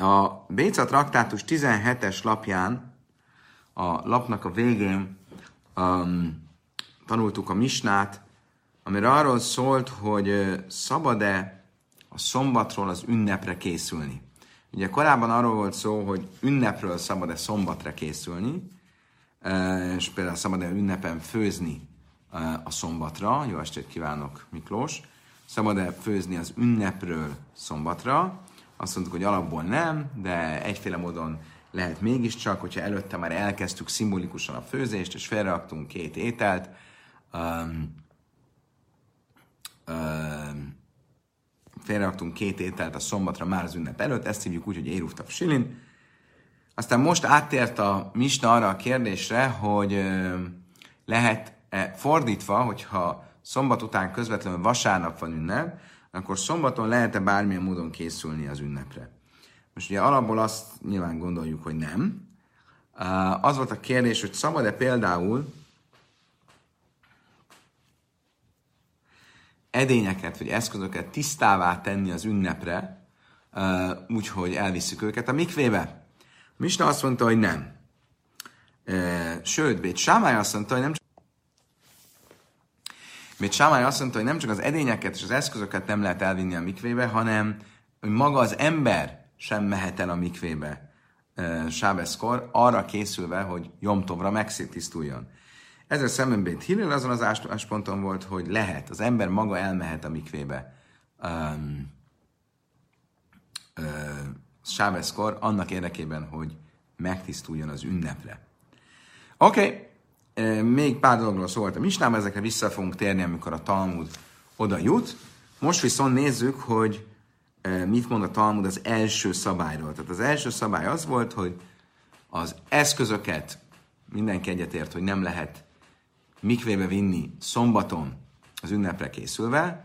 A Béca traktátus 17-es lapján, a lapnak a végén tanultuk a misnát, amire arról szólt, hogy szabad-e a szombatról az ünnepre készülni. Ugye korábban arról volt szó, hogy ünnepről szabad-e szombatra készülni, és például szabad-e ünnepen főzni a szombatra. Jó estét kívánok, Miklós! Szabad-e főzni az ünnepről szombatra? Azt mondtuk, hogy alapból nem, de egyféle módon lehet mégiscsak, hogyha előtte már elkezdtük szimbolikusan a főzést, és felraktunk két ételt, félreraktunk két ételt a szombatra már az ünnep előtt, ezt hívjuk úgy, hogy éruftav silin. Aztán most áttért a misna arra a kérdésre, hogy lehet-e fordítva, hogyha szombat után közvetlenül vasárnap van ünnep, akkor szombaton lehet-e bármilyen módon készülni az ünnepre. Most ugye alapból azt nyilván gondoljuk, hogy nem. Az volt a kérdés, hogy szabad-e például edényeket vagy eszközöket tisztává tenni az ünnepre, úgyhogy elvisszük őket a mikvébe. Misna azt mondta, hogy nem. Sőt, Bét Sámály azt mondta, hogy nem csak az edényeket és az eszközöket nem lehet elvinni a mikvébe, hanem hogy maga az ember sem mehet el a mikvébe sábeszkor, arra készülve, hogy Jom Tovra megtisztuljon. Ezzel szemben Bét Hillel azon az állásponton volt, hogy lehet, az ember maga elmehet a mikvébe sábeszkor, annak érdekében, hogy megtisztuljon az ünnepre. Oké. Még pár dologról szólt a misnában, ezekre vissza fogunk térni, amikor a Talmud oda jut. Most viszont nézzük, hogy mit mond a Talmud az első szabályról. Tehát az első szabály az volt, hogy az eszközöket mindenki egyetért, hogy nem lehet mikvébe vinni szombaton az ünnepre készülve,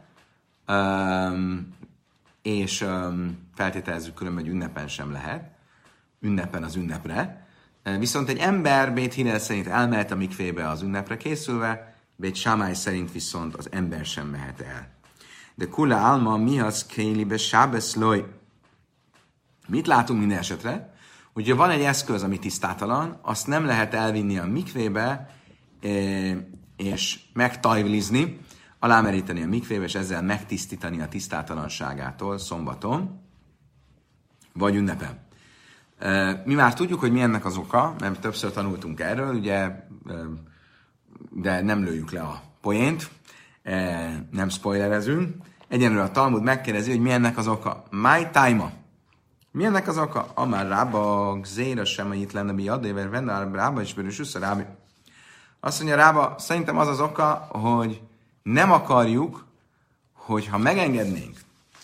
és feltételezzük különben, hogy ünnepen sem lehet, ünnepen az ünnepre. Viszont egy ember Bét Hillel szerint elmehet a mikvébe az ünnepre készülve, Bét Sámály szerint viszont az ember sem mehet el. De kula alma mihasz kélibe sábeszloj. Mit látunk minden esetre? Ugye van egy eszköz, ami tisztátalan, azt nem lehet elvinni a mikvébe, és megtajvlizni, alámeríteni a mikvébe, és ezzel megtisztítani a tisztátalanságától szombaton, vagy ünnepen. Mi már tudjuk, hogy mi ennek az oka, mert többször tanultunk erről, ugye, de nem lőjük le a poént, nem spoilerezünk. Egyenlőre a Talmud megkérdezi, hogy mi ennek az oka. Máj tájma. Mi ennek az oka? Amár rába zéra sem, itt lenne mi adéver, venne rába is bőrös rábi. Azt mondja Rába, szerintem az az oka, hogy nem akarjuk, hogyha megengednénk,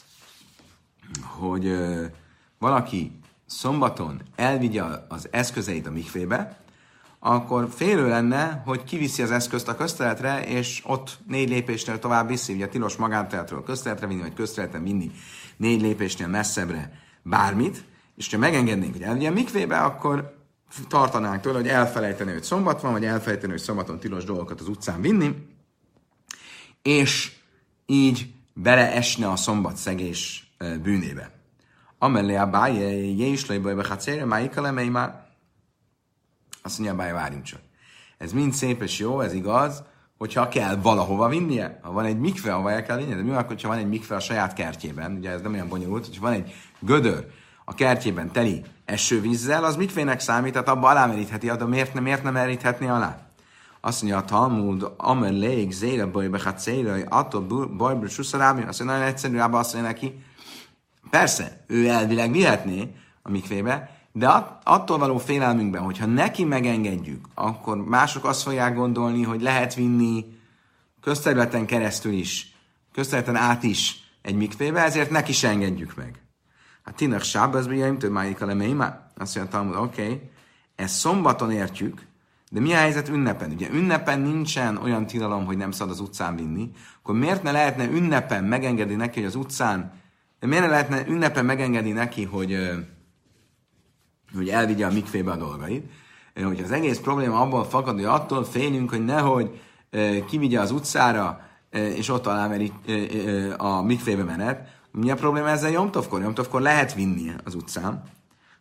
hogy valaki szombaton elvigye az eszközeit a mikvébe, akkor félő lenne, hogy kiviszi az eszközt a közterületre, és ott 4 lépésnél tovább viszi, ugye tilos magánterületről közterületre vinni, vagy közterületen vinni 4 lépésnél messzebbre bármit, és ha megengednénk, hogy elvigye a mikvébe, akkor tartanánk tőle, hogy elfelejteni, hogy szombat van, vagy elfelejteni, hogy szombaton tilos dolgokat az utcán vinni, és így beleesne a szombatszegés bűnébe. Amellé a báj, jéslajba bechatszére, májikalemei már. Azt mondja, báj, várjunk csak. Ez mind szép és jó, ez igaz, hogyha kell valahova vinnie. Ha van egy mikve, ahova el kell vinnie, de mi van, hogyha van egy mikve a saját kertjében, ugye ez nem olyan bonyolult, hogyha van egy gödör a kertjében teli esővízzel, az mikvének számít, tehát abba alámerítheti, de miért nem meríthetné alá? Azt mondja a Talmud, amellé, zéra baj bechatszére, attól bajből suszarábi, azt mondja, nagyon egyszerű, azt mondja neki, persze, ő elvileg vihetné a mikvébe, de attól való félelmünkben, hogyha neki megengedjük, akkor mások azt fogják gondolni, hogy lehet vinni közterületen keresztül is, közterületen át is egy mikvébe, ezért neki se engedjük meg. Hát tinak sábazbi jaim, több májik a lemeimá. Azt mondja Talmud, oké, ezt szombaton értjük, de mi a helyzet ünnepen? Ugye ünnepen nincsen olyan tilalom, hogy nem szabad az utcán vinni, akkor miért ne lehetne ünnepen megengedni neki, hogy az utcán, de miért ne lehetne ünnepen megengedni neki, hogy elvigye a mikvébe a dolgait? Hogy az egész probléma abból fakad, hogy attól félünk, hogy nehogy kivigye az utcára, és ott alámeri a mikvébe menet. Mi a probléma ezzel Jom Tovkor? Jom Tovkor lehet vinni az utcán.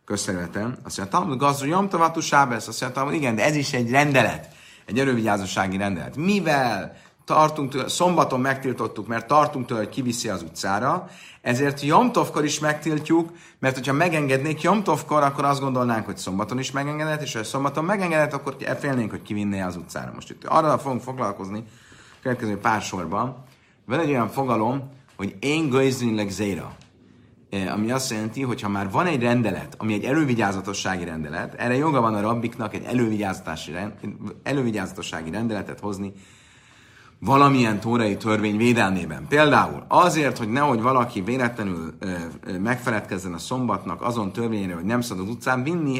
közterületen. Azt mondja, Talmud Gazru Jomtavatu Sábesz, azt mondja, Talmud, igen, de ez is egy rendelet, egy elővigyázósági rendelet. Mivel tartunk tőle, szombaton megtiltottuk, mert tartunk tőle, hogy kiviszi az utcára, ezért Jomtovkor is megtiltjuk, mert hogyha megengednék Jomtovkor, akkor azt gondolnánk, hogy szombaton is megengedett, és ha szombaton megengedett, akkor félnénk, hogy kivinné az utcára. Most itt arra fogunk foglalkozni a következő pár sorban. Van egy olyan fogalom, hogy én gőzünleg zéra, ami azt jelenti, hogy ha már van egy rendelet, ami egy elővigyázatossági rendelet, erre joga van a rabbiknak egy elővigyázatossági rendeletet hozni valamilyen tórai törvény védelmében. Például azért, hogy nehogy valaki véletlenül megfeledkezzen a szombatnak azon törvényre, hogy nem szabad az utcán vinni,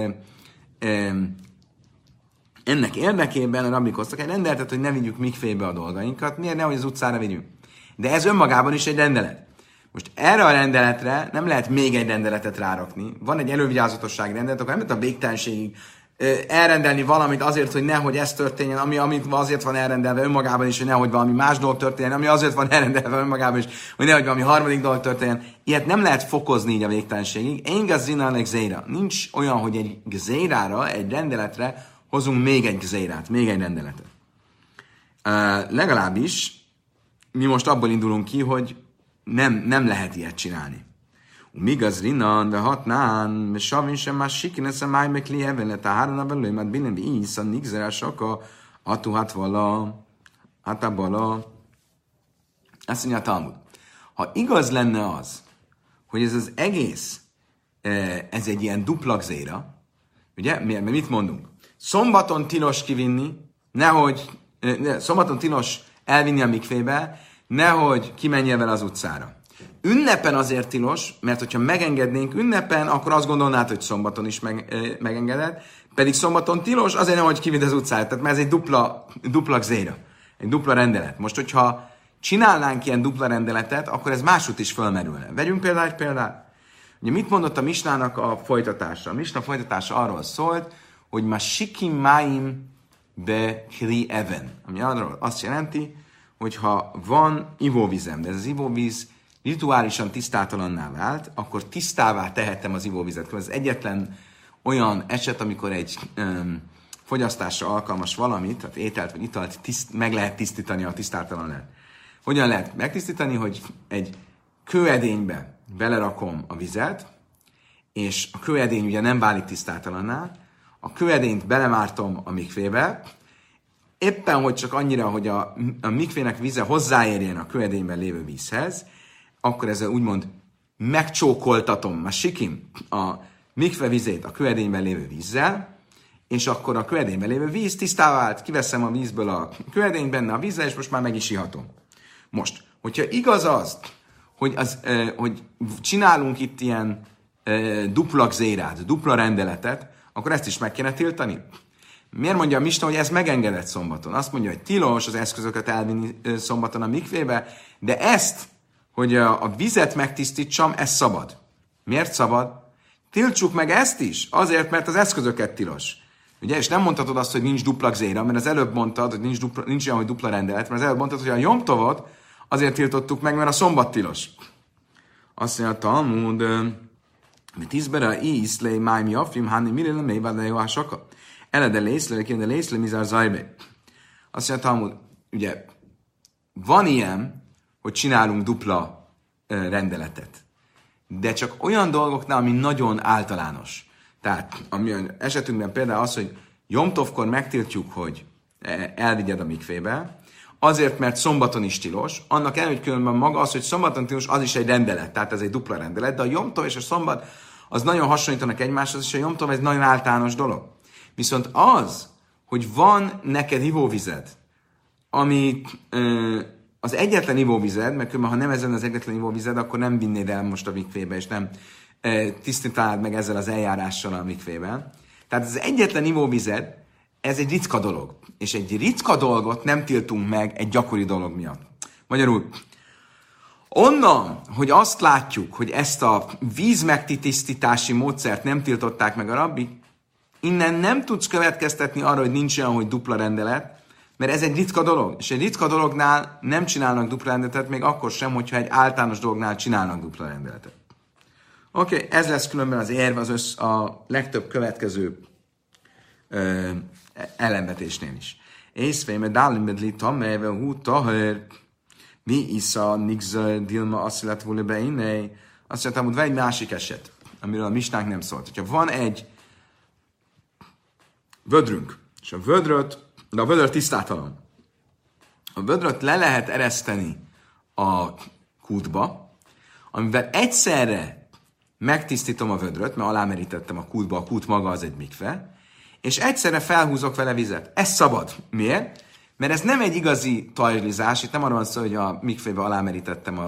ennek érdekében a rabbik hoztak egy rendeletet, hogy ne vigyük mikvébe a dolgainkat. Miért nehogy az utcára vigyünk? De ez önmagában is egy rendelet. Most erre a rendeletre nem lehet még egy rendeletet rárakni. Van egy elővigyázatossági rendelet, akkor nem lehet a végtelenségig elrendelni valamit azért, hogy nehogy ez történjen, amit azért van elrendelve önmagában is, hogy nehogy valami más dolog történjen, ami azért van elrendelve önmagában is, hogy nehogy valami harmadik dolog történjen. Ilyet nem lehet fokozni így a végtelenségig. Én gazzinálnék zéra. Nincs olyan, hogy egy zérára, egy rendeletre hozunk még egy zérát, még egy rendeletet. Legalábbis mi most abból indulunk ki, hogy nem lehet ilyet csinálni. Migaz rinan, de hatnán, savin sem más sikinesz a máj mekli evelet, a háron a velőimet binen bi a nigzerások a atuhat vala, hatabala. Azt mondja a Talmud. Ha igaz lenne az, hogy ez az egész, ez egy ilyen dupla zéra, ugye? Mert mit mondunk? Szombaton tilos kivinni, szombaton tilos elvinni a mikvébe, nehogy kimenjél vele az utcára. Ünnepen azért tilos, mert hogyha megengednénk ünnepen, akkor azt gondolnád, hogy szombaton is megengedett, pedig szombaton tilos, azért nem, hogy kividd az utcára. Tehát mert ez egy dupla zéra, egy dupla rendelet. Most, hogyha csinálnánk ilyen dupla rendeletet, akkor ez másút is fölmerülne. Vegyünk például egy példát. Ugye mit mondott a Misnának a folytatása? A Misna folytatása arról szólt, hogy ma sikim máim be kri even. Ami arról azt jelenti, hogy ha van ivóvizem, de ez az ivóvíz rituálisan tisztátalanná vált, akkor tisztává tehetem az ivóvizet. Ez egyetlen olyan eset, amikor egy fogyasztásra alkalmas valamit, tehát ételt vagy italt meg lehet tisztítani, a tisztátalan lehet. Hogyan lehet megtisztítani, hogy egy kőedénybe belerakom a vizet, és a kőedény ugye nem válik tisztátalanná, a kőedényt belemártom a mikvébe, éppen, hogy csak annyira, hogy a mikvének víze hozzáérjen a kőedényben lévő vízhez, akkor ezzel úgymond megcsókoltatom, a sikim, a mikve vizét a kőedényben lévő vízzel, és akkor a kőedényben lévő víz tisztá vált, kiveszem a vízből a kőedényt benne a vízzel, és most már meg is ihatom. Most, hogyha igaz az, hogy csinálunk itt ilyen dupla zérát, dupla rendeletet, akkor ezt is meg kéne tiltani. Miért mondja a Misna, hogy ez megengedett szombaton? Azt mondja, hogy tilos az eszközöket elvinni szombaton a mikvébe, de ezt, hogy a vizet megtisztítsam, ez szabad. Miért szabad? Tiltsuk meg ezt is, azért, mert az eszközöket tilos. Ugye, és nem mondhatod azt, hogy nincs dupla zéra, mert az előbb mondtad, hogy nincs olyan, hogy dupla rendelet, mert az előbb mondtad, hogy a Jomtovot azért tiltottuk meg, mert a szombat tilos. Azt mondja a Talmud, mert izbera iszlei májmi afim, háni mirele mévádle jó ásaka. Elede lészle, de lészle, mizár zajbe. Azt mondja a Talmud, ugye, van ilyen, hogy csinálunk dupla rendeletet. De csak olyan dolgoknál, ami nagyon általános. Tehát, ami esetünkben például az, hogy Jomtovkor megtiltjuk, hogy elvigyed a mikvébe, azért, mert szombaton is tilos, annak ellenére, hogy különben maga az, hogy szombaton tilos, az is egy rendelet, tehát ez egy dupla rendelet, de a Jomtov és a szombat az nagyon hasonlítanak egymáshoz, és a Jomtov ez nagyon általános dolog. Viszont az, hogy van neked ivóvized, ami az egyetlen ivóvized, mert különben, ha nem ezen az egyetlen ivóvized, akkor nem vinnéd el most a mikvébe, és nem tisztítanád meg ezzel az eljárással a mikvében. Tehát az egyetlen ivóvized, ez egy ritka dolog. És egy ritka dolgot nem tiltunk meg egy gyakori dolog miatt. Magyarul, onnan, hogy azt látjuk, hogy ezt a víz megtisztítási módszert nem tiltották meg a rabbik, innen nem tudsz következtetni arra, hogy nincs olyan, hogy dupla rendelet, mert ez egy ritka dolog. És egy ritka dolognál nem csinálnak dupla rendeletet, még akkor sem, hogyha egy általános dolognál csinálnak dupla rendeletet. Oké, ez lesz különben az érv a legtöbb következő ellenvetésnél is. Észféme dálim bedli tameve hú taher mi isza nigza dilma asszilat volna beinej. Azt mondtam, hogy van egy másik eset, amiről a misnánk nem szólt. Hogyha van egy vödrünk, és a vödör tisztátalan. A vödröt le lehet ereszteni a kútba, amivel egyszerre megtisztítom a vödröt, mert alámerítettem a kútba, a kút maga az egy mikve, és egyszerre felhúzok vele vizet. Ez szabad. Miért? Mert ez nem egy igazi tajlizás, itt nem arról van szó, hogy a mikvébe alámerítettem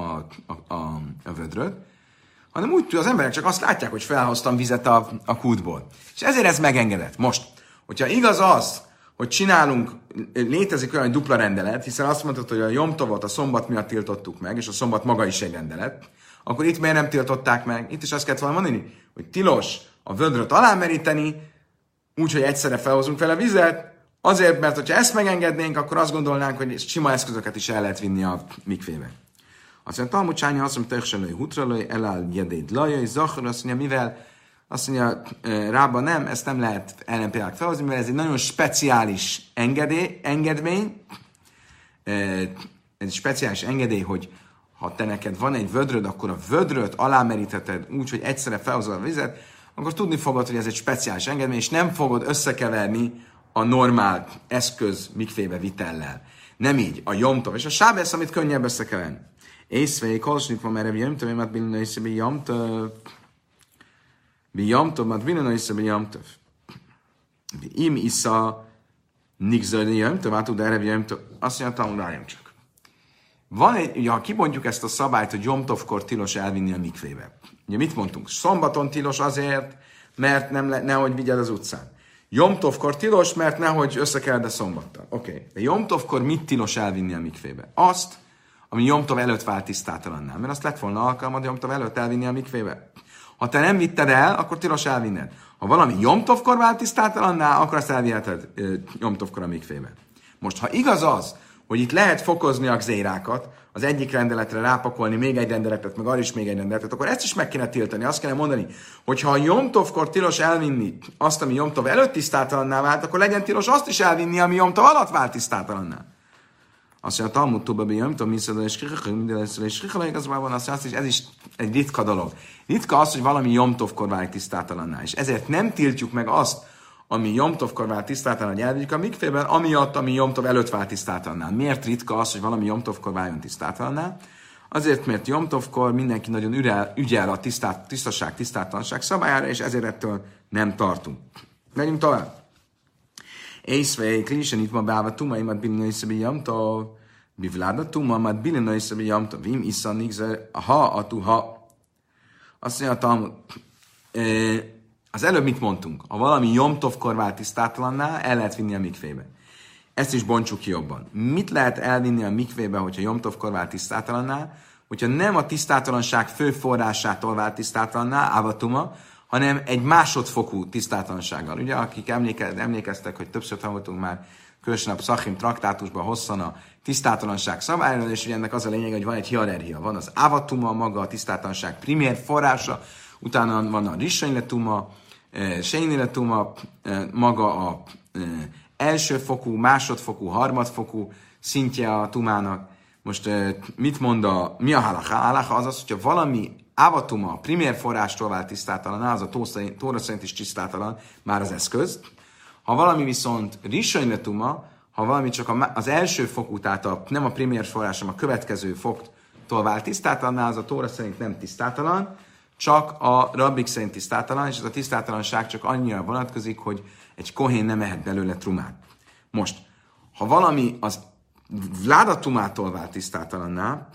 a vödröt, hanem úgy, az emberek csak azt látják, hogy felhoztam vizet a kútból. És ezért ez megengedett. Most, hogyha igaz az, hogy létezik olyan dupla rendelet, hiszen azt mondtad, hogy a Jom Tovot a szombat miatt tiltottuk meg, és a szombat maga is egy rendelet, akkor itt miért nem tiltották meg? Itt is azt kellett volna mondani, hogy tilos a vödröt alámeríteni, úgyhogy egyszerre felhozunk vele vizet, azért, mert hogyha ezt megengednénk, akkor azt gondolnánk, hogy sima eszközöket is el lehet vinni a mikvébe. Azt mondja, Talmud Csányi azt mondja, Tökselői Hutralői, Elál Jedéd Lajai, Zachar, azt mondja, mivel azt mondja, Rába nem, ezt nem lehet ellenpéldául felhozni, mert ez egy nagyon speciális engedmény, ez egy speciális engedély, hogy ha te neked van egy vödröd, akkor a vödröt alámerítheted úgy, hogy egyszerre felhozod a vizet, akkor tudni fogod, hogy ez egy speciális engedmény, és nem fogod összekeverni a normál eszköz mikvébe vitellel. Nem így, a jomtov és a sábesz, amit könnyebb összekeverni. Észvei, kolsnit van erre, jomtov, mert bilina is be jomtov. Jomtov, mert bilina is be jomtov. Im isza nigzölni jomtov, átud erre, jomtov. Azt mondja, tanuláljon csak. Van egy, ugye, ha kibontjuk ezt a szabályt, hogy jomtovkor tilos elvinni a mikvébe. Ugye mit mondtunk? Szombaton tilos azért, mert nehogy vigyed az utcán. Jomtovkor tilos, mert nehogy összekeld a szombattal. Oké. De jomtovkor mit tilos elvinni a mikvébe? Azt, ami jomtov előtt vált tisztátalanná. Mert azt lett volna alkalmad jomtov előtt elvinni a mikvébe. Ha te nem vitted el, akkor tilos elvinned. Ha valami jomtovkor vált tisztátalanná, akkor azt elviheted jomtovkor a mikvébe. Most, ha igaz az, hogy itt lehet fokozni a gzérákat, az egyik rendeletre rápakolni még egy rendeletet, meg arra is még egy rendeletet, akkor ezt is meg kéne tiltani. Azt kéne mondani, hogy ha a jomtovkor tilos elvinni azt, ami jomtov előtt tisztátalanná vált, akkor legyen tilos azt is elvinni, ami jomtov alatt vált tisztátalanná. Azt mondja, a Talmud Tubabi jomtov, miszadó és skrichalai, igazából azt is, ez is egy ritka dolog. Ritka az, hogy valami jomtovkor válik tisztátalanná, és ezért nem tiltjuk meg azt, ami jomtovkor vált tisztátalan, hogy elvigyük a mikvében, amiatt, ami jomtov előtt vált tisztátalanná. Miért ritka az, hogy valami jomtovkor váljon tisztátalanná? Azért, mert jomtovkor mindenki nagyon ügyel a tisztaság, tisztátalanság szabályára, és ezért ettől nem tartunk. Megyünk tovább. Észvei, klisen itt ma beállva tumaimat bilinőszöbi jomtov, bivláda tumamat bilinőszöbi jomtov, vim issza nigzer, ha atu ha. Azt mondja a Talmud, az előbb mit mondtunk? Ha valami jomtovkor vált tisztátalanná, el lehet vinni a mikvébe. Ezt is bontsuk ki jobban. Mit lehet elvinni a mikvébe, hogyha jomtovkor vált tisztátalanná? Hogyha nem a tisztátalanság fő forrásától vált tisztátalanná, ávatuma, hanem egy másodfokú tisztátalansággal. Ugye, akik emlékeztek, hogy többször tanultunk már különösen a Pszachim traktátusban hosszan a tisztátalanság szabályról, és ugye ennek az a lényeg, hogy van egy hierarchia. Van az ávatuma, maga a tisztátalanság primér forrása, utána van a rissanyletuma, sejniletuma, maga a elsőfokú, másodfokú, harmadfokú szintje a tumának. Most mit mond mi a halacha? A halacha az az, hogyha valami ávatuma, a primér forrástól vált tisztátalan, az a Tóra szerint is tisztátalan, már az eszköz. Ha valami viszont rissanyletuma, ha valami csak az első fokú, tehát nem a primér forrás, hanem a következő foktól vált tisztátalan, az a Tóra szerint nem tisztátalan, csak a rabbik szerint tisztátalan, és ez a tisztátalanság csak annyira vonatkozik, hogy egy kohén nem ehet belőle trumát. Most, ha valami az vládatumától vált tisztátalanná,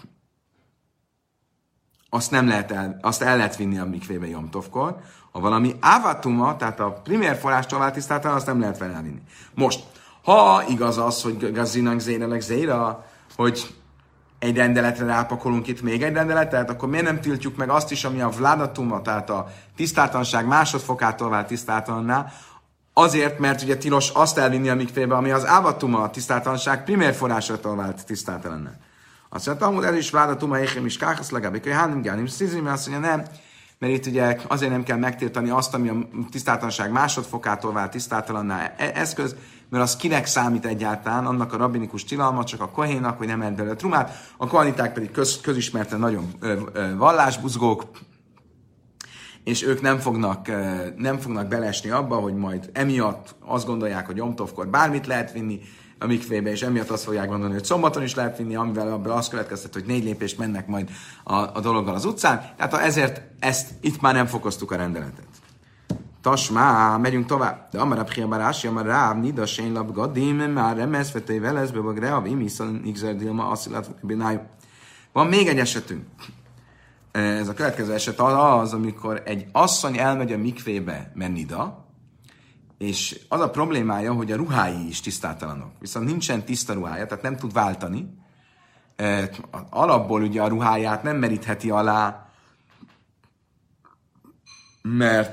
azt el lehet vinni a mikvébe jomtovkor. Ha valami ávatuma, tehát a primér forrástól vált tisztátalan, azt nem lehet vele elvinni. Most, ha igaz az, hogy gazzinak zérelek zéra, hogy egy rendeletre rápakolunk itt még egy rendeletet, akkor miért nem tiltjuk meg azt is, ami a vládatuma, tehát a tisztátalanság másodfokától vált tisztátalanná, azért, mert ugye tilos azt elvinni a mikvébe, ami az ávatuma, a tisztátalanság primér forrásától vált tisztátalanná. Azt mondja, Talmud, ez is vládatuma, échem is káhasz, legalábbik, hogy hánim gánim szizim, azt mondja, nem, mert itt ugye azért nem kell megtiltani azt, ami a tisztátalanság másodfokától vált tisztátalanná eszköz, mert az kinek számít egyáltalán, annak a rabbinikus tilalma, csak a kohénak, hogy nem edd trumát, a kohaniták pedig közismerten nagyon vallásbuzgók, és ők nem fognak belesni abba, hogy majd emiatt azt gondolják, hogy Jom Tovkor bármit lehet vinni a mikvébe, és emiatt azt fogják gondolni, hogy szombaton is lehet vinni, amivel abból azt következtet, hogy 4 lépést mennek majd a dologgal az utcán. Tehát ezért itt már nem fokoztuk a rendeletet. Tasmá, megyünk tovább. De amarab hiabarási, amar nida sén lap gadim, már remezvetei velezbe, vagy reav imiszal nigzerdilma, asszilat binájú. Van még egy esetünk. Ez a következő eset az, amikor egy asszony elmegy a mikvébe, mert nida, és az a problémája, hogy a ruhái is tisztátalanok. Viszont nincsen tiszta ruhája, tehát nem tud váltani. Alapból ugye a ruháját nem merítheti alá, mert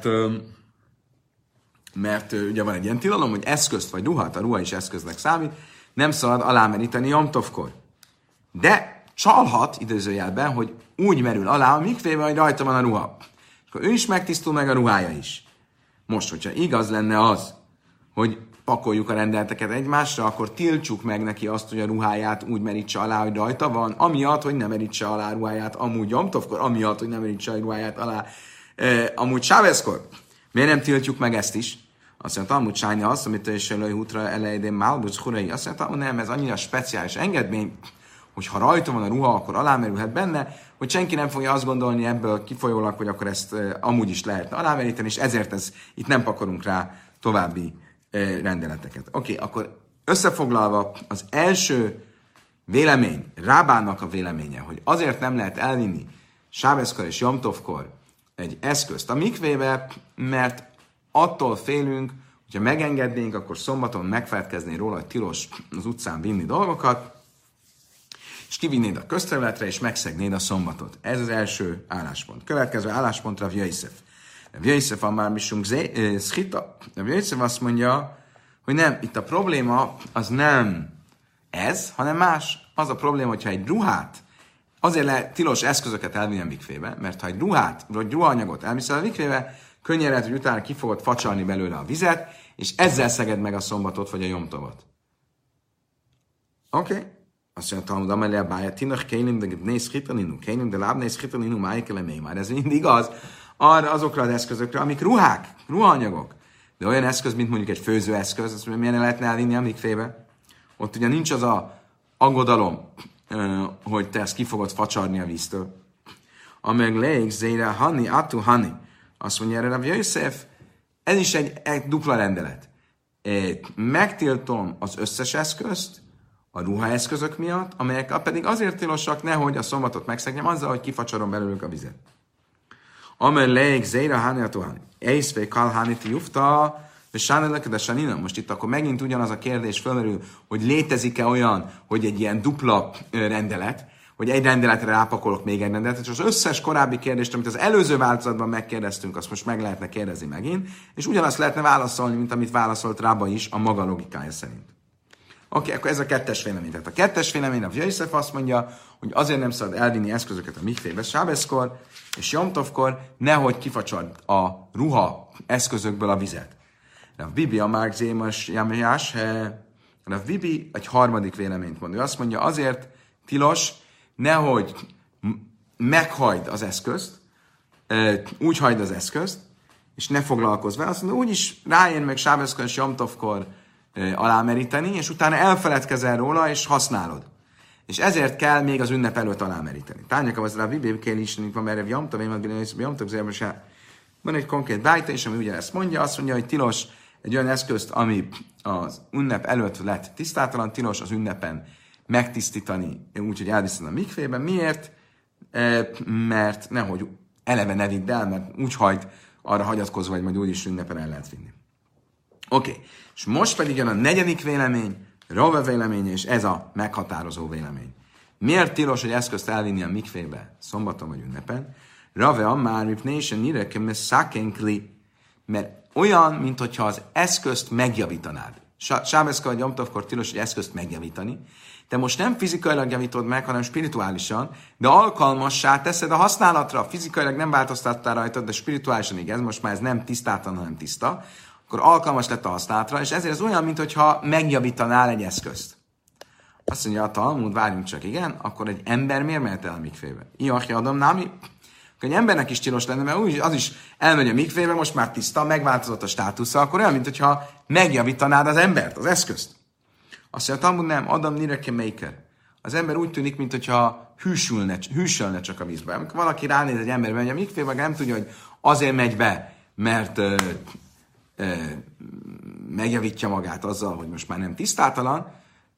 ugye van egy ilyen tilalom, hogy eszközt vagy ruhát, a ruha is eszköznek számít, nem szabad alámeríteni Jom Tovkor. De csalhat, idézőjelben, hogy úgy merül alá a mikvébe, hogy rajta van a ruha. És akkor ő is megtisztul, meg a ruhája is. Most, hogyha igaz lenne az, hogy pakoljuk a rendeleteket egymásra, akkor tiltsuk meg neki azt, hogy a ruháját úgy merítse alá, hogy rajta van, amiatt, hogy nem merítse alá a ruháját amúgy Jom Tovkor, amiatt, hogy nem merítse a ruháját alá amúgy Sáveszkor. Miért nem tiltjuk meg ezt is? Azt mondja, amúgy Sájni azt, amit is elői útra elején Málbuc Hurai. Azt mondja, nem, ez annyira speciális engedmény, hogy ha rajta van a ruha, akkor alámerülhet benne, hogy senki nem fogja azt gondolni ebből kifolyólag, hogy akkor ezt amúgy is lehetne alámeríteni, és ezért itt nem pakolunk rá további rendeleteket. Oké, akkor összefoglalva az első vélemény, Rábának a véleménye, hogy azért nem lehet elvinni Sáveszkor és Jom Tovkor egy eszközt a mikvébe, mert attól félünk, hogyha megengednénk, akkor szombaton megfelelkezni róla, hogy tilos az utcán vinni dolgokat, és kivinnéd a közterületre, és megszegnéd a szombatot. Ez az első álláspont. Következő álláspontra Rav Yosef. Rav Yosef van már misunk szchita. Rav Yosef azt mondja, hogy nem, itt a probléma az nem ez, hanem más. Az a probléma, hogyha egy ruhát, azért lehet tilos eszközöket elvinni a mikvébe, mert ha egy ruhát, vagy ruhaanyagot elviszel a mikvébe, könnyen lehet, hogy utána ki fogod facsarni belőle a vizet, és ezzel szeged meg a szombatot, vagy a Jom Tovot. Oké. Azt mondja, Talmud amelé a báját, tinach kénim, de néz hitaninu, kénim, de láb néz hitaninu, májkele mély. Már ez mindig az, arra azokra az eszközökre, amik ruhák, ruhaanyagok. De olyan eszköz, mint mondjuk egy főzőeszköz, azt mondja, milyen lehetne elvinni a mikvébe? Ott ugye nincs az a aggodalom, hogy te ezt ki fogod facsarni a víztől. Ameg leik zére hani, atu hani. Azt mondja erre Rav Yosef, ez is egy dupla rendelet. Megtiltom az összes eszközt, a ruhaeszközök miatt, amelyek pedig azért tilosak, nehogy a szombatot megszegjem azzal, hogy kifacsarom belőlük a vizet. Amely leik zéra háni a tuhani. Észfé kalháni ti jufta, és sánelek, de sanina. Most itt akkor megint ugyanaz a kérdés fölmerül, hogy létezik-e olyan, hogy egy ilyen dupla rendelet, hogy egy rendeletre rápakolok még egy rendeletet, és az összes korábbi kérdést, amit az előző változatban megkérdeztünk, azt most meg lehetne kérdezni megint, és ugyanazt lehetne válaszolni, mint amit válaszolt Rába is a maga logikája szerint. Oké, akkor ez a kettes vélemény. Tehát a kettes vélemény, a Yosef azt mondja, hogy azért nem szabad elvinni eszközöket a mikvébe Sáveszkor és Jom Tovkor, nehogy kifacsard a ruha eszközökből a vizet. Rav Bibi a Márkzémas Jamjás, Rav Bibi egy harmadik véleményt mond. Ő azt mondja, azért tilos, nehogy meghagyd az eszközt, úgy hagyd az eszközt, és ne foglalkozz vele, azt mondja, úgyis rájön meg Sáveszkor és Jom Tovkor alámeríteni, és utána elfeledkezel róla, és használod. És ezért kell még az ünnep előtt alámeríteni. Tányaka az rá Bibi kell is, van merre Jom Tov, van egy konkrét bájta is, ami ugye ezt mondja, azt mondja, hogy tilos egy olyan eszközt, ami az ünnep előtt lett tisztátalan, tilos az ünnepen megtisztítani, úgyhogy elviszed a mikvébe. Miért? Mert nehogy eleve ne vidd el, mert úgy hagyd, arra hagyatkozva, hogy majd úgyis ünnepen el lehet vinni. Oké. És most pedig jön a negyedik vélemény, Rave véleménye, és ez a meghatározó vélemény. Miért tilos, hogy eszközt elvinni a mikvébe szombaton vagy ünnepen? Rave ammár mipnésen nireke szakenkli, mert olyan, mintha az eszközt megjavítanád. Sábeszkor vagy Jomtovkor tilos egy eszközt megjavítani. Te most nem fizikailag javítod meg, hanem spirituálisan, de alkalmassá teszed a használatra. Fizikailag nem változtattál rajtad, de spirituálisan igaz, most már ez nem tisztátlan, hanem tiszta. Akkor alkalmas lett a használatra, és ezért ez olyan, mintha megjavítanál egy eszközt. Azt mondja a Talmud, várjunk csak, igen, akkor egy ember miért mehet el a mikvébe? Iachja adom námi. Akkor egy embernek is tilos lenne, mert úgy, az is elmegy a mikvébe, most már tiszta, megváltozott a státusza, akkor olyan, mintha megjavítanád az embert, az eszközt. Azt mondja a Talmud, nem, Adam nireke maker. Az ember úgy tűnik, mintha hűsölne csak a vízbe. Amikor valaki ránéz egy emberbe, megy a mikvébe, nem tudja, hogy azért megy be, mert megjavítja magát azzal, hogy most már nem tisztátalan,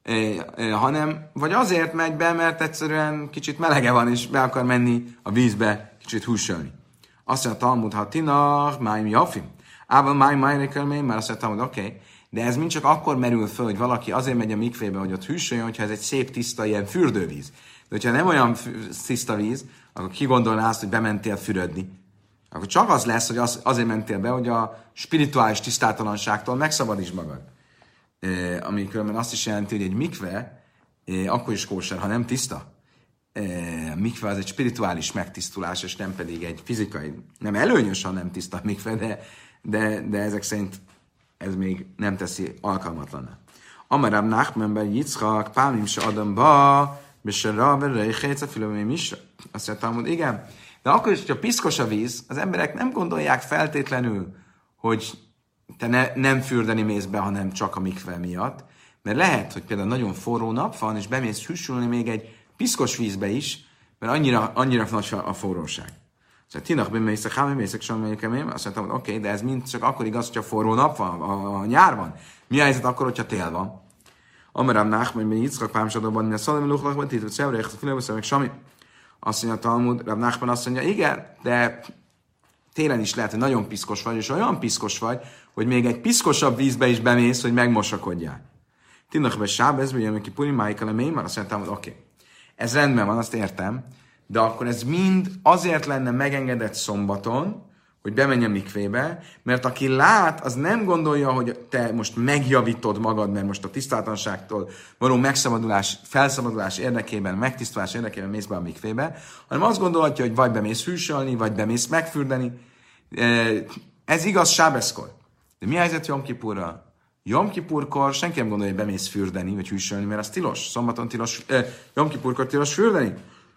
hanem vagy azért megy be, mert egyszerűen kicsit melege van, és be akar menni a vízbe, kicsit húsölni. Azt mondja a Talmud, ha tinach, májm jafim. Ával májm rekelmény, már azt mondja a Talmud, oké. De ez mind csak akkor merül föl, hogy valaki azért megy a mikvébe, hogy ott hűsöljön, hogyha ez egy szép, tiszta, ilyen fürdővíz. De hogyha nem olyan tiszta víz, akkor ki gondolná azt, hogy bementél fürödni. Akkor csak az lesz, hogy azért mentél be, hogy a spirituális tisztátalanságtól megszabadíts magad. Ami különben azt is jelenti, hogy egy mikve akkor is kóser, ha nem tiszta. A mikve az egy spirituális megtisztulás, és nem pedig egy fizikai. Nem előnyös, ha nem tiszta a mikve, de ezek szerint ez még nem teszi alkalmatlanná. Amarab Nachmanben Yitzchak, Pálmim se adom ba, Besera, Verreichejca, Filomém is. Azt mondtam, hogy igen. De akkor is, hogyha piszkos a víz, az emberek nem gondolják feltétlenül, hogy te nem fürdeni mész be, hanem csak a mikve miatt. Mert lehet, hogy például nagyon forró nap van, és bemész hűsülni még egy piszkos vízbe is, mert annyira nagy a forróság. Szóval tinak bemészek, hámészek, semmelyikem, azt mondtam, hogy oké, de ez mind csak akkor igaz, hogyha forró nap van, a nyár van. Mi a helyzet akkor, hogyha tél van? Amarám Nachmanben Yitzchak, Pámsadóban, mert Szalem Luchlakban, Titvet Szevreich, Filomében, meg Sami. Azt mondja a Talmud, Rav Nachman azt mondja, igen, de télen is lehet, hogy nagyon piszkos vagy, és olyan piszkos vagy, hogy még egy piszkosabb vízbe is bemész, hogy megmosakodjál. Tinnachbe sábez, vagy jön ki puri, májkale mély, már azt mondtam, hogy oké. Ez rendben van, azt értem, de akkor ez mind azért lenne megengedett szombaton, hogy bemenj a mikvébe, mert aki lát, az nem gondolja, hogy te most megjavítod magad, mert most a tisztátalanságtól való felszabadulás érdekében, megtisztulás érdekében mész be a mikvébe, hanem azt gondolhatja, hogy vagy bemész hűsölni, vagy bemész megfürdeni. Ez igaz sábeszkor. De mi a helyzet Jom Kipurral? Jom Kipurkor senki nem gondolja, hogy bemész fürdeni, vagy hűsölni, mert az tilos. Szombaton tilos, Jom Kipurkor tilos fürdeni.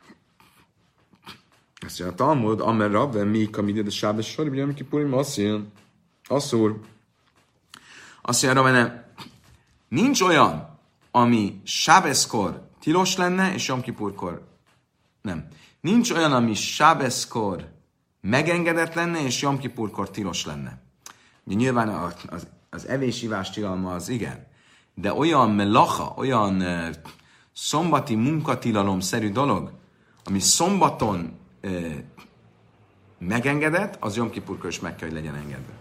Azt mondja a Talmud, amer rabbe, mi kamide, de sábes sori, vagy Jom Kipurim, asszúr. Azt mondja, nem. Nincs olyan, ami sábeszkor tilos lenne, és Jom Kipurkor nem. Nincs olyan, ami sábeszkor megengedett lenne, és Jom Kipurkor tilos lenne. Ugye nyilván az evés-ivás tilalma az igen, de olyan melacha, olyan szombati munkatilalomszerű dolog, ami szombaton megengedett, az Jom Kipurkor is meg kell, hogy legyen engedve.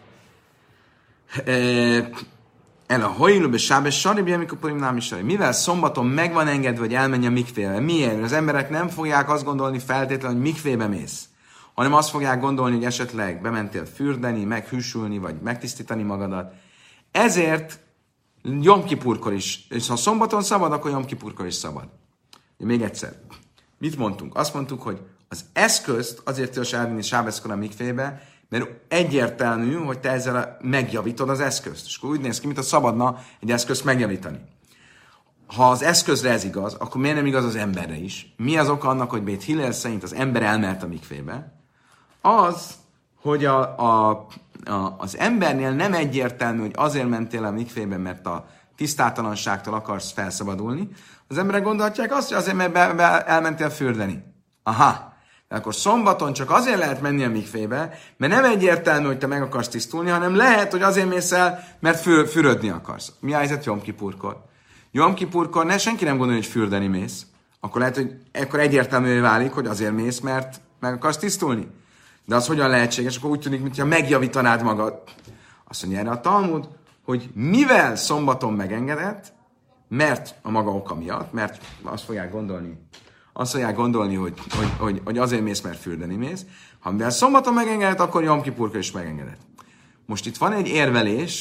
El a hajlóbe sábes saribja, amikor purim nem is sarib. Mivel szombaton meg van engedve, hogy elmenj a mikvébe? Miért? Az emberek nem fogják azt gondolni feltétlenül, hogy mikvébe mész, hanem azt fogják gondolni, hogy esetleg bementél fürdeni, meghűsülni, vagy megtisztítani magadat. Ezért Jom Kipurkor is, és ha szombaton szabad, akkor Jom Kipurkor is szabad. Még egyszer. Mit mondtunk? Azt mondtuk, hogy az eszközt azért tilos elvinni sábeszkor a mikvébe, mert egyértelmű, hogy te ezzel megjavítod az eszközt. És akkor úgy néz ki, mintha szabadna egy eszközt megjavítani. Ha az eszközre ez igaz, akkor miért nem igaz az emberre is? Mi az oka annak, hogy Bét Hillel szerint az ember elmehet a mikvébe? Az, hogy az embernél nem egyértelmű, hogy azért mentél a mikvébe, mert a tisztátalanságtól akarsz felszabadulni. Az emberek gondolhatják azt, hogy azért, mert elmentél fürdeni. Aha! De akkor szombaton csak azért lehet menni a mikvébe, mert nem egyértelmű, hogy te meg akarsz tisztulni, hanem lehet, hogy azért mész el, mert fürödni akarsz. Mi a helyzet Jom Kipurkor? Jom Kipurkor senki nem gondolja, hogy fürdeni mész. Akkor lehet, hogy ekkor egyértelművé válik, hogy azért mész, mert meg akarsz tisztulni. De az hogyan lehetséges? Akkor úgy tűnik, mintha megjavítanád magad. Azt mondja erre a Talmud, hogy mivel szombaton megengedett, mert a maga oka miatt, mert azt fogják gondolni, hogy azért mész, mert fürdeni mész. Ha mivel szombaton megengedett, akkor Jom Kipurkor is megengedett. Most itt van egy érvelés,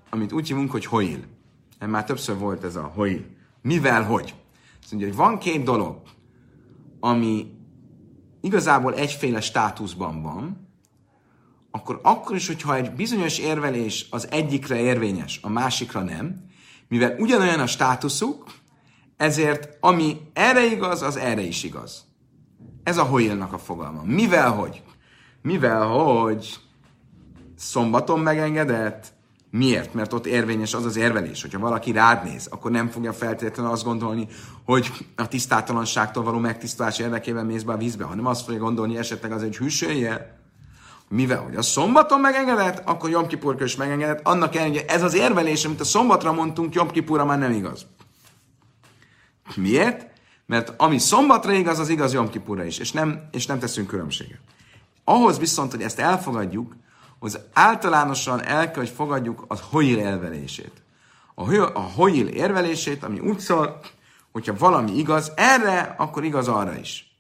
amit úgy hívunk, hogy hoil. Már többször volt ez a hoil. Mivel hogy? Azt mondja, hogy van két dolog, ami igazából egyféle státuszban van, akkor is, hogyha egy bizonyos érvelés az egyikre érvényes, a másikra nem, mivel ugyanolyan a státuszuk, ezért ami erre igaz, az erre is igaz. Ez a hoilnak a fogalma. Mivel hogy? Mivel hogy szombaton megengedett? Miért? Mert ott érvényes az az érvelés, hogyha valaki rád néz, akkor nem fogja feltétlenül azt gondolni, hogy a tisztátalanságtól való megtisztulás érdekében mész be a vízbe, hanem azt fogja gondolni esetleg az egy hűsölje. Mivel, hogy a szombaton megengedett, akkor Jom Kipurkor is megengedett, annak ellenére, hogy ez az érvelés, amit a szombatra mondtunk, Jom Kipurra már nem igaz. Miért? Mert ami szombatra igaz, az igaz Jom Kipurra is, és nem teszünk különbséget. Ahhoz viszont, hogy ezt elfogadjuk, az általánosan el kell, hogy fogadjuk a hoil érvelését. A hoil érvelését, ami úgy szól, hogyha valami igaz erre, akkor igaz arra is.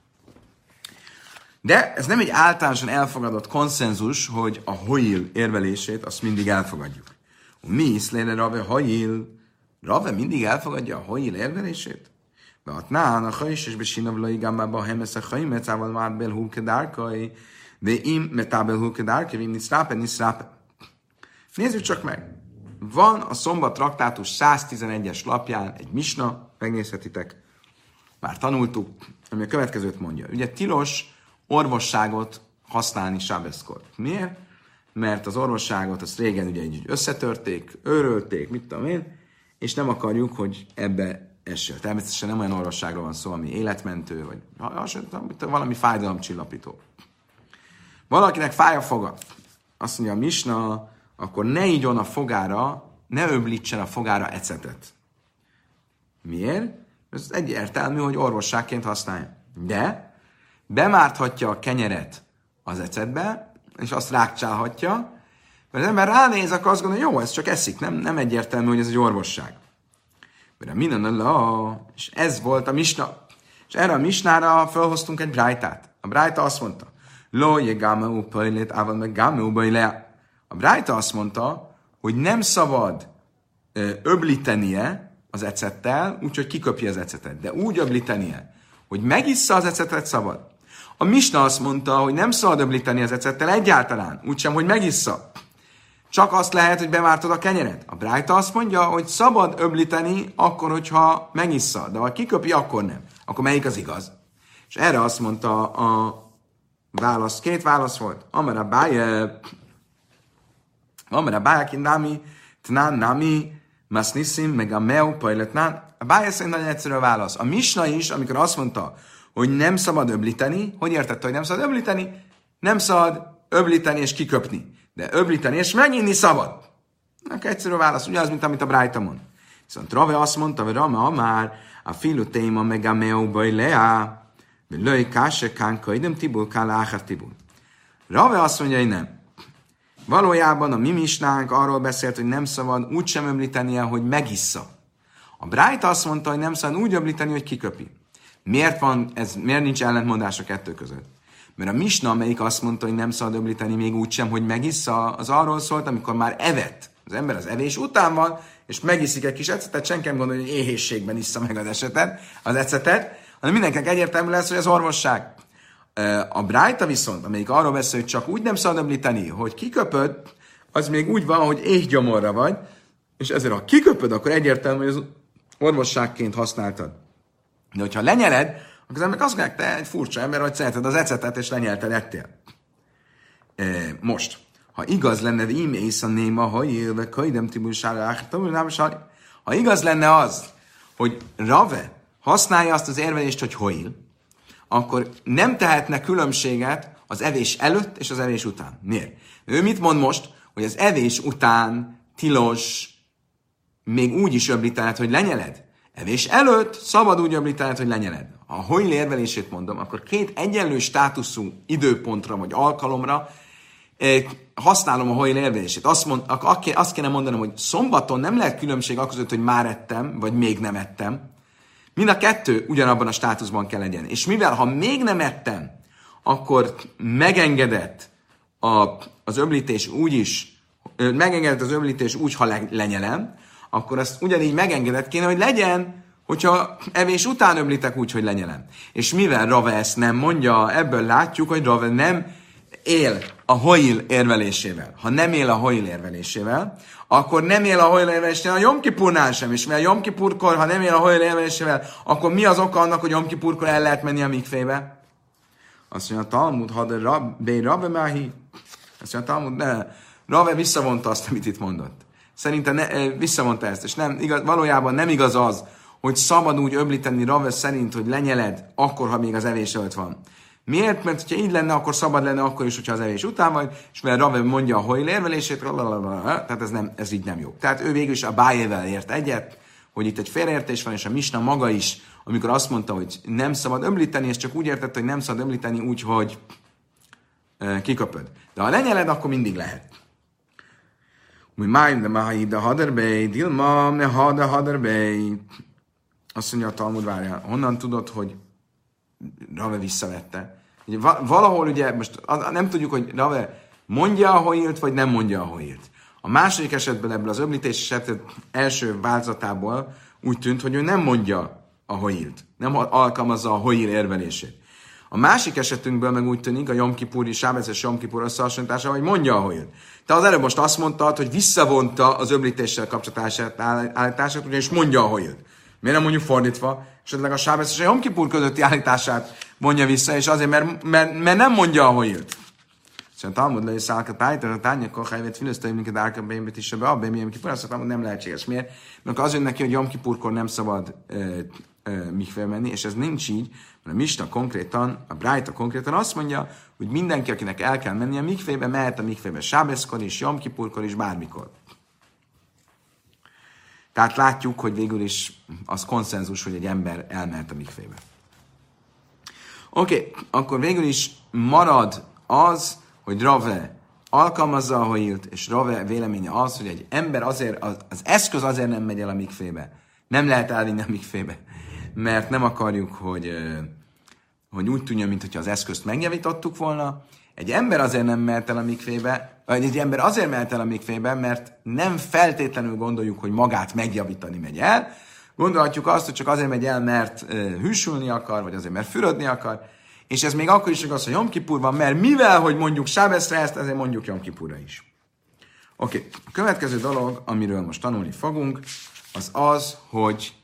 De ez nem egy általánosan elfogadott konszenzus, hogy a hoil érvelését azt mindig elfogadjuk. Mi is lenne Rave hoil? Rave mindig elfogadja a hoil érvelését? Behatnán a hajs és besinavlai gámbába a hemesz a hajmetával már belhúkedárkai, de im metábel húkedárkai, vim niszrápe. Nézzük csak meg. Van a Szombat traktátus 111-es lapján egy misna, megnézhetitek, már tanultuk, ami a következőt mondja. Ugye tilos orvosságot használni sábeszkor. Miért? Mert az orvosságot azt régen ugye így összetörték, őrölték, mit tudom én, és nem akarjuk, hogy ebbe essen. Természetesen nem olyan orvosságról van szó, ami életmentő, vagy valami fájdalomcsillapító. Valakinek fáj a foga. Azt mondja a misna, akkor ne igyon a fogára, ne öblítsen a fogára ecetet. Miért? Ez egyértelmű, hogy orvosságként használja. De bemárthatja a kenyeret az ecetbe, és azt rákcsálhatja, mert az ember ránéz, akkor azt gondolja, jó, ez csak eszik, nem egyértelmű, hogy ez egy orvosság. Mert és ez volt a misna. És erre a misnára felhoztunk egy brájtát. A brájta azt mondta, a brájta azt mondta, hogy nem szabad öblítenie az ecettel, úgyhogy kiköpje az ecetet, de úgy öblítenie, hogy megissza az ecetet, szabad. A misna azt mondta, hogy nem szabad öblíteni az ecettel egyáltalán, úgysem, hogy megissza. Csak azt lehet, hogy bemártod a kenyeret. A brájta azt mondja, hogy szabad öblíteni akkor, hogyha megissza, de ha kiköpi, akkor nem. Akkor melyik az igaz? És erre azt mondta a válasz, két válasz volt. Amara bája kindámi, tnán námi, maszniszim, meg a meu, pajletnán. A bája szerint nagyon egyszerű a válasz. A misna is, amikor azt mondta, hogy nem szabad öblíteni, hogy értette, hogy nem szabad öblíteni? Nem szabad öblíteni és kiköpni. De öblíteni és meginni szabad. Akkor egyszerű a válasz, ugyanaz, mint amit a brájta mond. Viszont Rave azt mondta, hogy Rame már a filu téma meg a meu, pajleá, Löj káse kánka, idem tibul kála áhár tibul. Rave azt mondja, hogy nem. Valójában a mi misnánk arról beszélt, hogy nem szabad úgy sem öblítenie, hogy megissza. A brájta azt mondta, hogy nem szabad úgy öblíteni, hogy kiköpi. Miért nincs ellentmondás a kettő között? Mert a misna, amelyik azt mondta, hogy nem szabad öblíteni még úgy sem, hogy megissza, az arról szólt, amikor már evett. Az ember az evés után van, és megiszik egy kis ecetet, senki nem gondolja, hogy éhésségben issza meg az ecetet, hanem mindenkinek egyértelmű lesz, hogy az orvosság. A brájta viszont, amelyik arról beszél, hogy csak úgy nem szabad öblíteni, hogy kiköpöd, az még úgy van, hogy éhgyomorra vagy, és ezért ha kiköpöd, akkor egyértelmű, hogy az orvosságként használtad. De hogyha lenyeled, akkor az emberek azt mondják, te egy furcsa ember, hogy szereted az ecetet, és lenyelted, ettél. Most, ha igaz lenne, íme észan néma, ha élve, kajdem tibulsára, ha igaz lenne az, hogy Rave használja azt az érvelést, hogy hoil, akkor nem tehetne különbséget az evés előtt és az evés után. Miért? Ő mit mond most? Hogy az evés után tilos még úgy is öblítened, hogy lenyeled. Evés előtt szabad úgy öblítened, hogy lenyeled. Ha a hoil érvelését mondom, akkor két egyenlő státuszú időpontra vagy alkalomra használom a hoil érvelését. Azt kéne mondanom, hogy szombaton nem lehet különbség között, hogy már ettem, vagy még nem ettem. Mind a kettő ugyanabban a státuszban kell legyen. És mivel, ha még nem ettem, akkor megengedett az öblítés úgy is, megengedett az öblítés úgy, ha lenyelem, akkor azt ugyanígy megengedett kéne, hogy legyen, hogyha evés után öblítek úgy, hogy lenyelem. És mivel Rave ezt nem mondja, ebből látjuk, hogy Rave nem él a hoil érvelésével. Ha nem él a hoil érvelésével, akkor nem él a hoil érvelésével a Jom Kipurnál sem. És mivel Jom Kipurkor, ha nem él a hoil érvelésével, akkor mi az oka annak, hogy Jom Kipurkor el lehet menni a mikvébe? Azt mondja, a Talmud, Rave Máhi. Azt mondja, a Talmud, Rave visszavonta azt, amit itt mondott. Szerintem visszavonta ezt, és valójában nem igaz az, hogy szabad úgy öblíteni Rave szerint, hogy lenyeled akkor, ha még az evés előtt van. Miért? Mert ha így lenne, akkor szabad lenne akkor is, hogyha az evés után vagy, és mert Rave mondja a hoil érvelését, tehát ez így nem jó. Tehát ő végül is a Bájével ért egyet, hogy itt egy félreértés van, és a Misna maga is, amikor azt mondta, hogy nem szabad öblíteni, és csak úgy értette, hogy nem szabad öblíteni úgy, hogy kiköpöd. De ha lenyeled, akkor mindig lehet. Azt mondja a Talmud, várjál, honnan tudod, hogy Rave visszavette? Ugye, valahol ugye, most nem tudjuk, hogy Rave mondja a hoilt, vagy nem mondja a hoilt. A második esetben ebből az öblítés eset első változatából úgy tűnt, hogy ő nem mondja a hoilt, nem alkalmazza a hoil érvelését. A másik esetünkből meg úgy tűnik, a Jom Kipuri, Sábezes Jom Kipur összehasonlítása, hogy mondja a hoilt. Te az előbb most azt mondtad, hogy visszavonta az öblítéssel kapcsolatos állítását, ugyanis mondja a hoilt. Miért nem mondjuk fordítva? Esetleg a Sábesz és a Jom Kipur közötti állítását mondja vissza, és azért, mert nem mondja a hoilt. Szóval Talmud le is szállkat tájtani, a tányakon helyvet filöztei, minket árkabénbet is be, abban milyen Kipur, azt mondom, nem lehetséges. Miért? Mert az jön neki, hogy Jom Kipurkor nem szabad mikvébe menni, és ez nincs így, mert a Misna konkrétan, a Brájta konkrétan azt mondja, hogy mindenki, akinek el kell menni a mikvébe, mehet a mikvébe Sábeszkor is, Jom Kipurkor is, bármikor. Tehát látjuk, hogy végül is az konszenzus, hogy egy ember elmehet a mikvébe. Oké, akkor végül is marad az, hogy Rave alkalmazza a hoilt, és Rave véleménye az, hogy egy ember azért, az eszköz azért nem megy el a mikvébe. Nem lehet elvinni a mikvébe, mert nem akarjuk, hogy úgy tűnjön, mintha az eszközt megjavítottuk volna. Egy ember azért nem mehet el a mikvébe, vagy egy ember azért mehet el a mikvébe, mert nem feltétlenül gondoljuk, hogy magát megjavítani megy el. Gondolhatjuk azt, hogy csak azért megy el, mert hűsülni akar, vagy azért, mert fürödni akar. És ez még akkor is igaz, hogy Jom Kipur van, mert mivel, hogy mondjuk Sábeszre ezt, ezért mondjuk Jom Kipurra is. Oké, a következő dolog, amiről most tanulni fogunk, az, hogy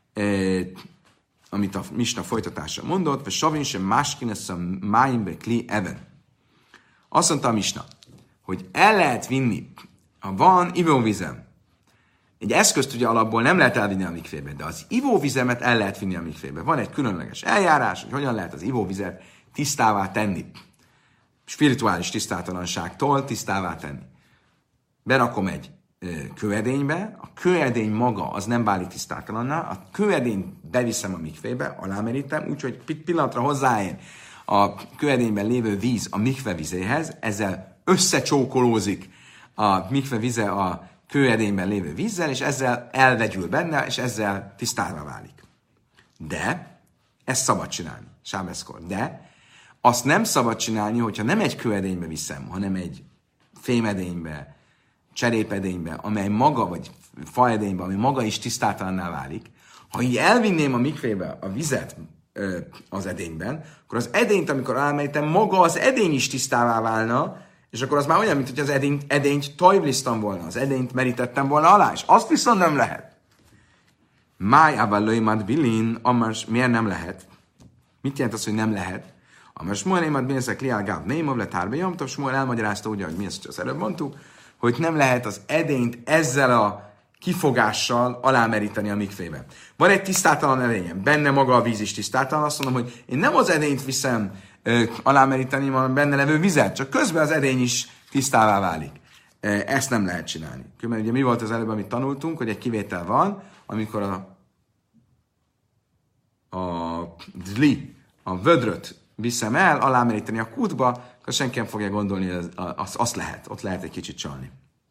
amit a Misna folytatása mondott, vagy Savin sem máskin lesz a máimbe kli even. Azt mondta a Misna, hogy el lehet vinni, ha van ivóvizem. Egy eszközt ugye alapból nem lehet elvinni a mikvébe, de az ivóvizemet el lehet vinni a mikvébe. Van egy különleges eljárás, hogy hogyan lehet az ivóvizet tisztává tenni. Spirituális tisztátalanságtól tisztává tenni. Berakom egy kőedénybe, a kőedény maga az nem válik tisztátalanná, a kőedényt beviszem a mikvébe, alámerítem, úgyhogy pillanatra hozzáér a kőedényben lévő víz a mikve vizéhez, ezzel összecsókolózik a mikve vize a kőedényben lévő vízzel, és ezzel elvegyül benne, és ezzel tisztává válik. De ezt szabad csinálni, sábeszkor. De azt nem szabad csinálni, hogyha nem egy kőedénybe viszem, hanem egy fémedénybe, cserépedénybe, amely maga, vagy faedénybe, ami maga is tisztátalanná válik. Ha így elvinném a mikvébe a vizet az edényben, akkor az edényt, amikor elmejtem, maga az edény is tisztává válna, és akkor az már olyan, mint hogy az edényt tajvlisztam volna, az edényt merítettem volna alá, és azt viszont nem lehet. Máj aballóimad bilin, miért nem lehet? Mit jelent az, hogy nem lehet? Amár Smuel Bénzek liágább némov letárbe jomtov, Smuel elmagyarázta ugye, hogy mi ezt az előbb mondtuk, hogy nem lehet az edényt ezzel a kifogással alámeríteni a mikvébe. Van egy tisztátalan edényem, benne maga a víz is tisztátalan, azt mondom, hogy én nem az edényt viszem alámeríteni, hanem benne levő vizet, csak közben az edény is tisztává válik. Ezt nem lehet csinálni. Különben ugye mi volt az előbb, amit tanultunk, hogy egy kivétel van, amikor a vödröt viszem el, alámeríteni a kútba, akkor senki nem fogja gondolni, hogy azt lehet, ott lehet egy kicsit csalni.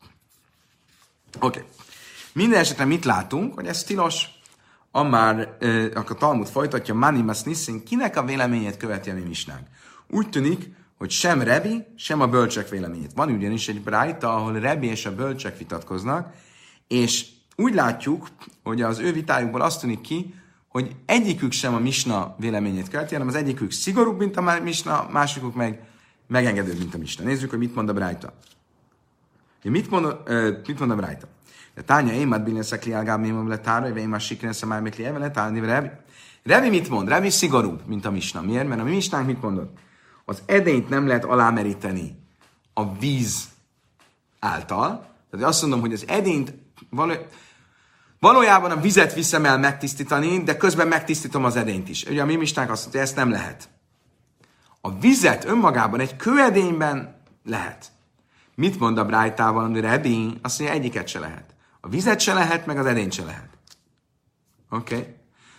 Oké. Minden esetben mit látunk, hogy ez tilos, akkor a Talmud folytatja, Manimas Nissin, kinek a véleményét követi a mi misnánk? Úgy tűnik, hogy sem Rebi, sem a bölcsek véleményét. Van ugyanis egy brájta, ahol Rebi és a bölcsek vitatkoznak, és úgy látjuk, hogy az ő vitájukból azt tűnik ki, hogy egyikük sem a misna véleményét követi, hanem az egyikük szigorúbb, mint a misna, másikuk meg megengedőbb, mint a misna. Nézzük, hogy mit mond a brájta. Mit mond a brájta? Tánya émad bíneszekli elgábnémom letára, vagy én már sikreneszem már mikli evele, tálni Rebi. Rebi mit mond? Rebi szigorúbb, mint a misna. Miért? Mert a mi misnánk mit mondott? Az edényt nem lehet alámeríteni a víz által. Tehát azt mondom, hogy az edényt valójában a vizet viszem el megtisztítani, de közben megtisztítom az edényt is. Ugye a mi misnánk azt mondja, hogy ezt nem lehet. A vizet önmagában egy kőedényben lehet. Mit mond a brájtával, hogy Rebi? Azt mondja, egyiket se lehet. A vizet se lehet, meg az edényt se lehet. Oké.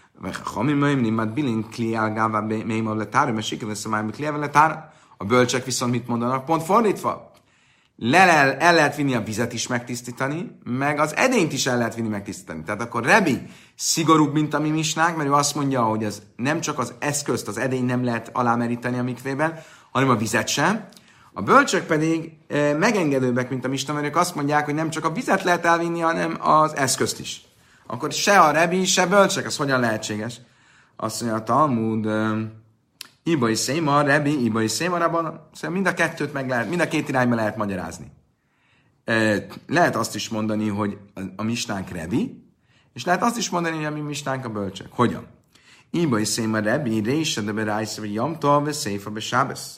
A bölcsek viszont mit mondanak? Pont fordítva. El lehet vinni a vizet is megtisztítani, meg az edényt is el lehet vinni megtisztítani. Tehát akkor Rebi szigorúbb, mint a mi misnánk, mert ő azt mondja, hogy ez nem csak az eszközt, az edény nem lehet alámeríteni a mikvében, hanem a vizet sem. A bölcsök pedig megengedőbbek, mint a misna, mert ők azt mondják, hogy nem csak a vizet lehet elvinni, hanem az eszközt is. Akkor se a Rebi, se bölcsek, ez hogyan lehetséges? Azt mondja a Talmud, Ibai Széma, Rebi, Ibai Széma, Rabban, szóval mind a kettőt meg lehet, mind a két irányba lehet magyarázni. Lehet azt is mondani, hogy a misnánk Rebi, és lehet azt is mondani, hogy a mi misnánk a bölcsek. Hogyan? Ibai Széma, Rebi, Rése, de Berájsze, vagy Jamtól, vagy Széfa, vagy Sábesz.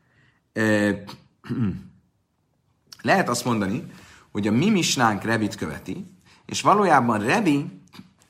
Lehet azt mondani, hogy a mi misnánk Rebit követi, és valójában Rebi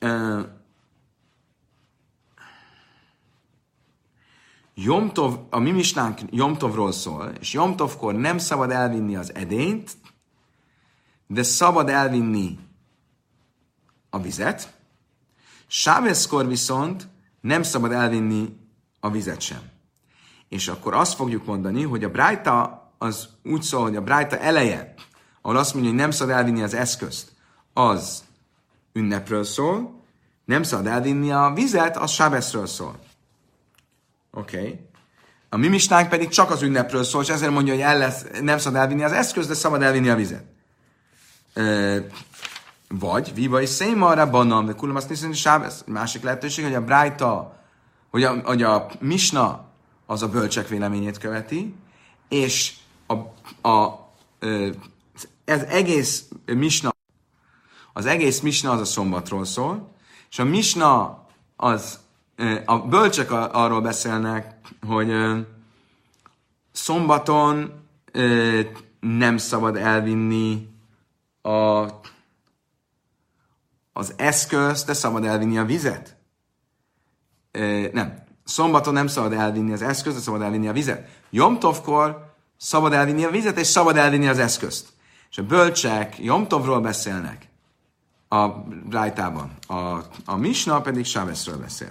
a mi misnánk Jomtovról szól, és Jomtovkor nem szabad elvinni az edényt, de szabad elvinni a vizet. Sábeszkor viszont nem szabad elvinni a vizet sem. És akkor azt fogjuk mondani, hogy a brájta az úgy szól, hogy a brájta eleje, ahol azt mondja, hogy nem szabad elvinni az eszközt, az ünnepről szól, nem szabad elvinni a vizet, az sábeszről szól. Oké. A mi misnánk pedig csak az ünnepről szól, és ezért mondja, hogy nem szabad elvinni az eszközt, de szabad elvinni a vizet. Vagy, viva és szémarra banan, de kulam azt nézni, hogy sábesz. Másik lehetőség, hogy a brájta, hogy a misna az a bölcsek véleményét követi, és ez egész misna, az egész misna az a szombatról szól, és a misna az, a bölcsek arról beszélnek, hogy szombaton nem szabad elvinni az eszközt, de szabad elvinni a vizet. Nem. Szombaton nem szabad elvinni az eszközt, de szabad elvinni a vizet. Jomtovkor szabad elvinni a vizet, és szabad elvinni az eszközt. És a bölcsek Jomtovról beszélnek a brájtában. A misna pedig Sábeszről beszél.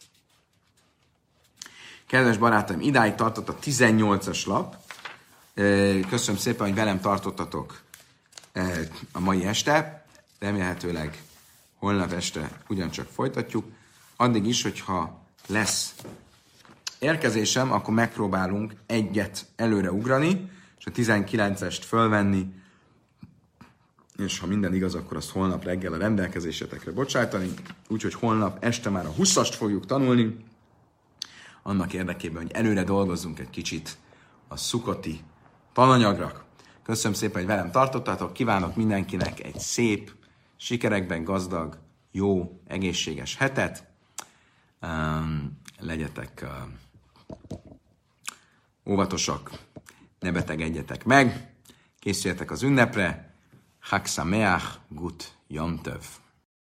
Kedves barátaim, idáig tartott a 18-as lap. Köszönöm szépen, hogy velem tartottatok a mai este. Remélhetőleg holnap este ugyancsak folytatjuk. Addig is, hogyha lesz érkezésem, akkor megpróbálunk egyet előre ugrani, és a 19-est fölvenni, és ha minden igaz, akkor azt holnap reggel a rendelkezésetekre bocsájtani. Úgyhogy holnap este már a 20-ast fogjuk tanulni, annak érdekében, hogy előre dolgozzunk egy kicsit a szukoti tananyagra. Köszönöm szépen, hogy velem tartottatok, kívánok mindenkinek egy szép, sikerekben gazdag, jó, egészséges hetet. Legyetek óvatosak, ne betegedjetek meg, készüljetek az ünnepre. Chag Sameach, Gut Yom Tov.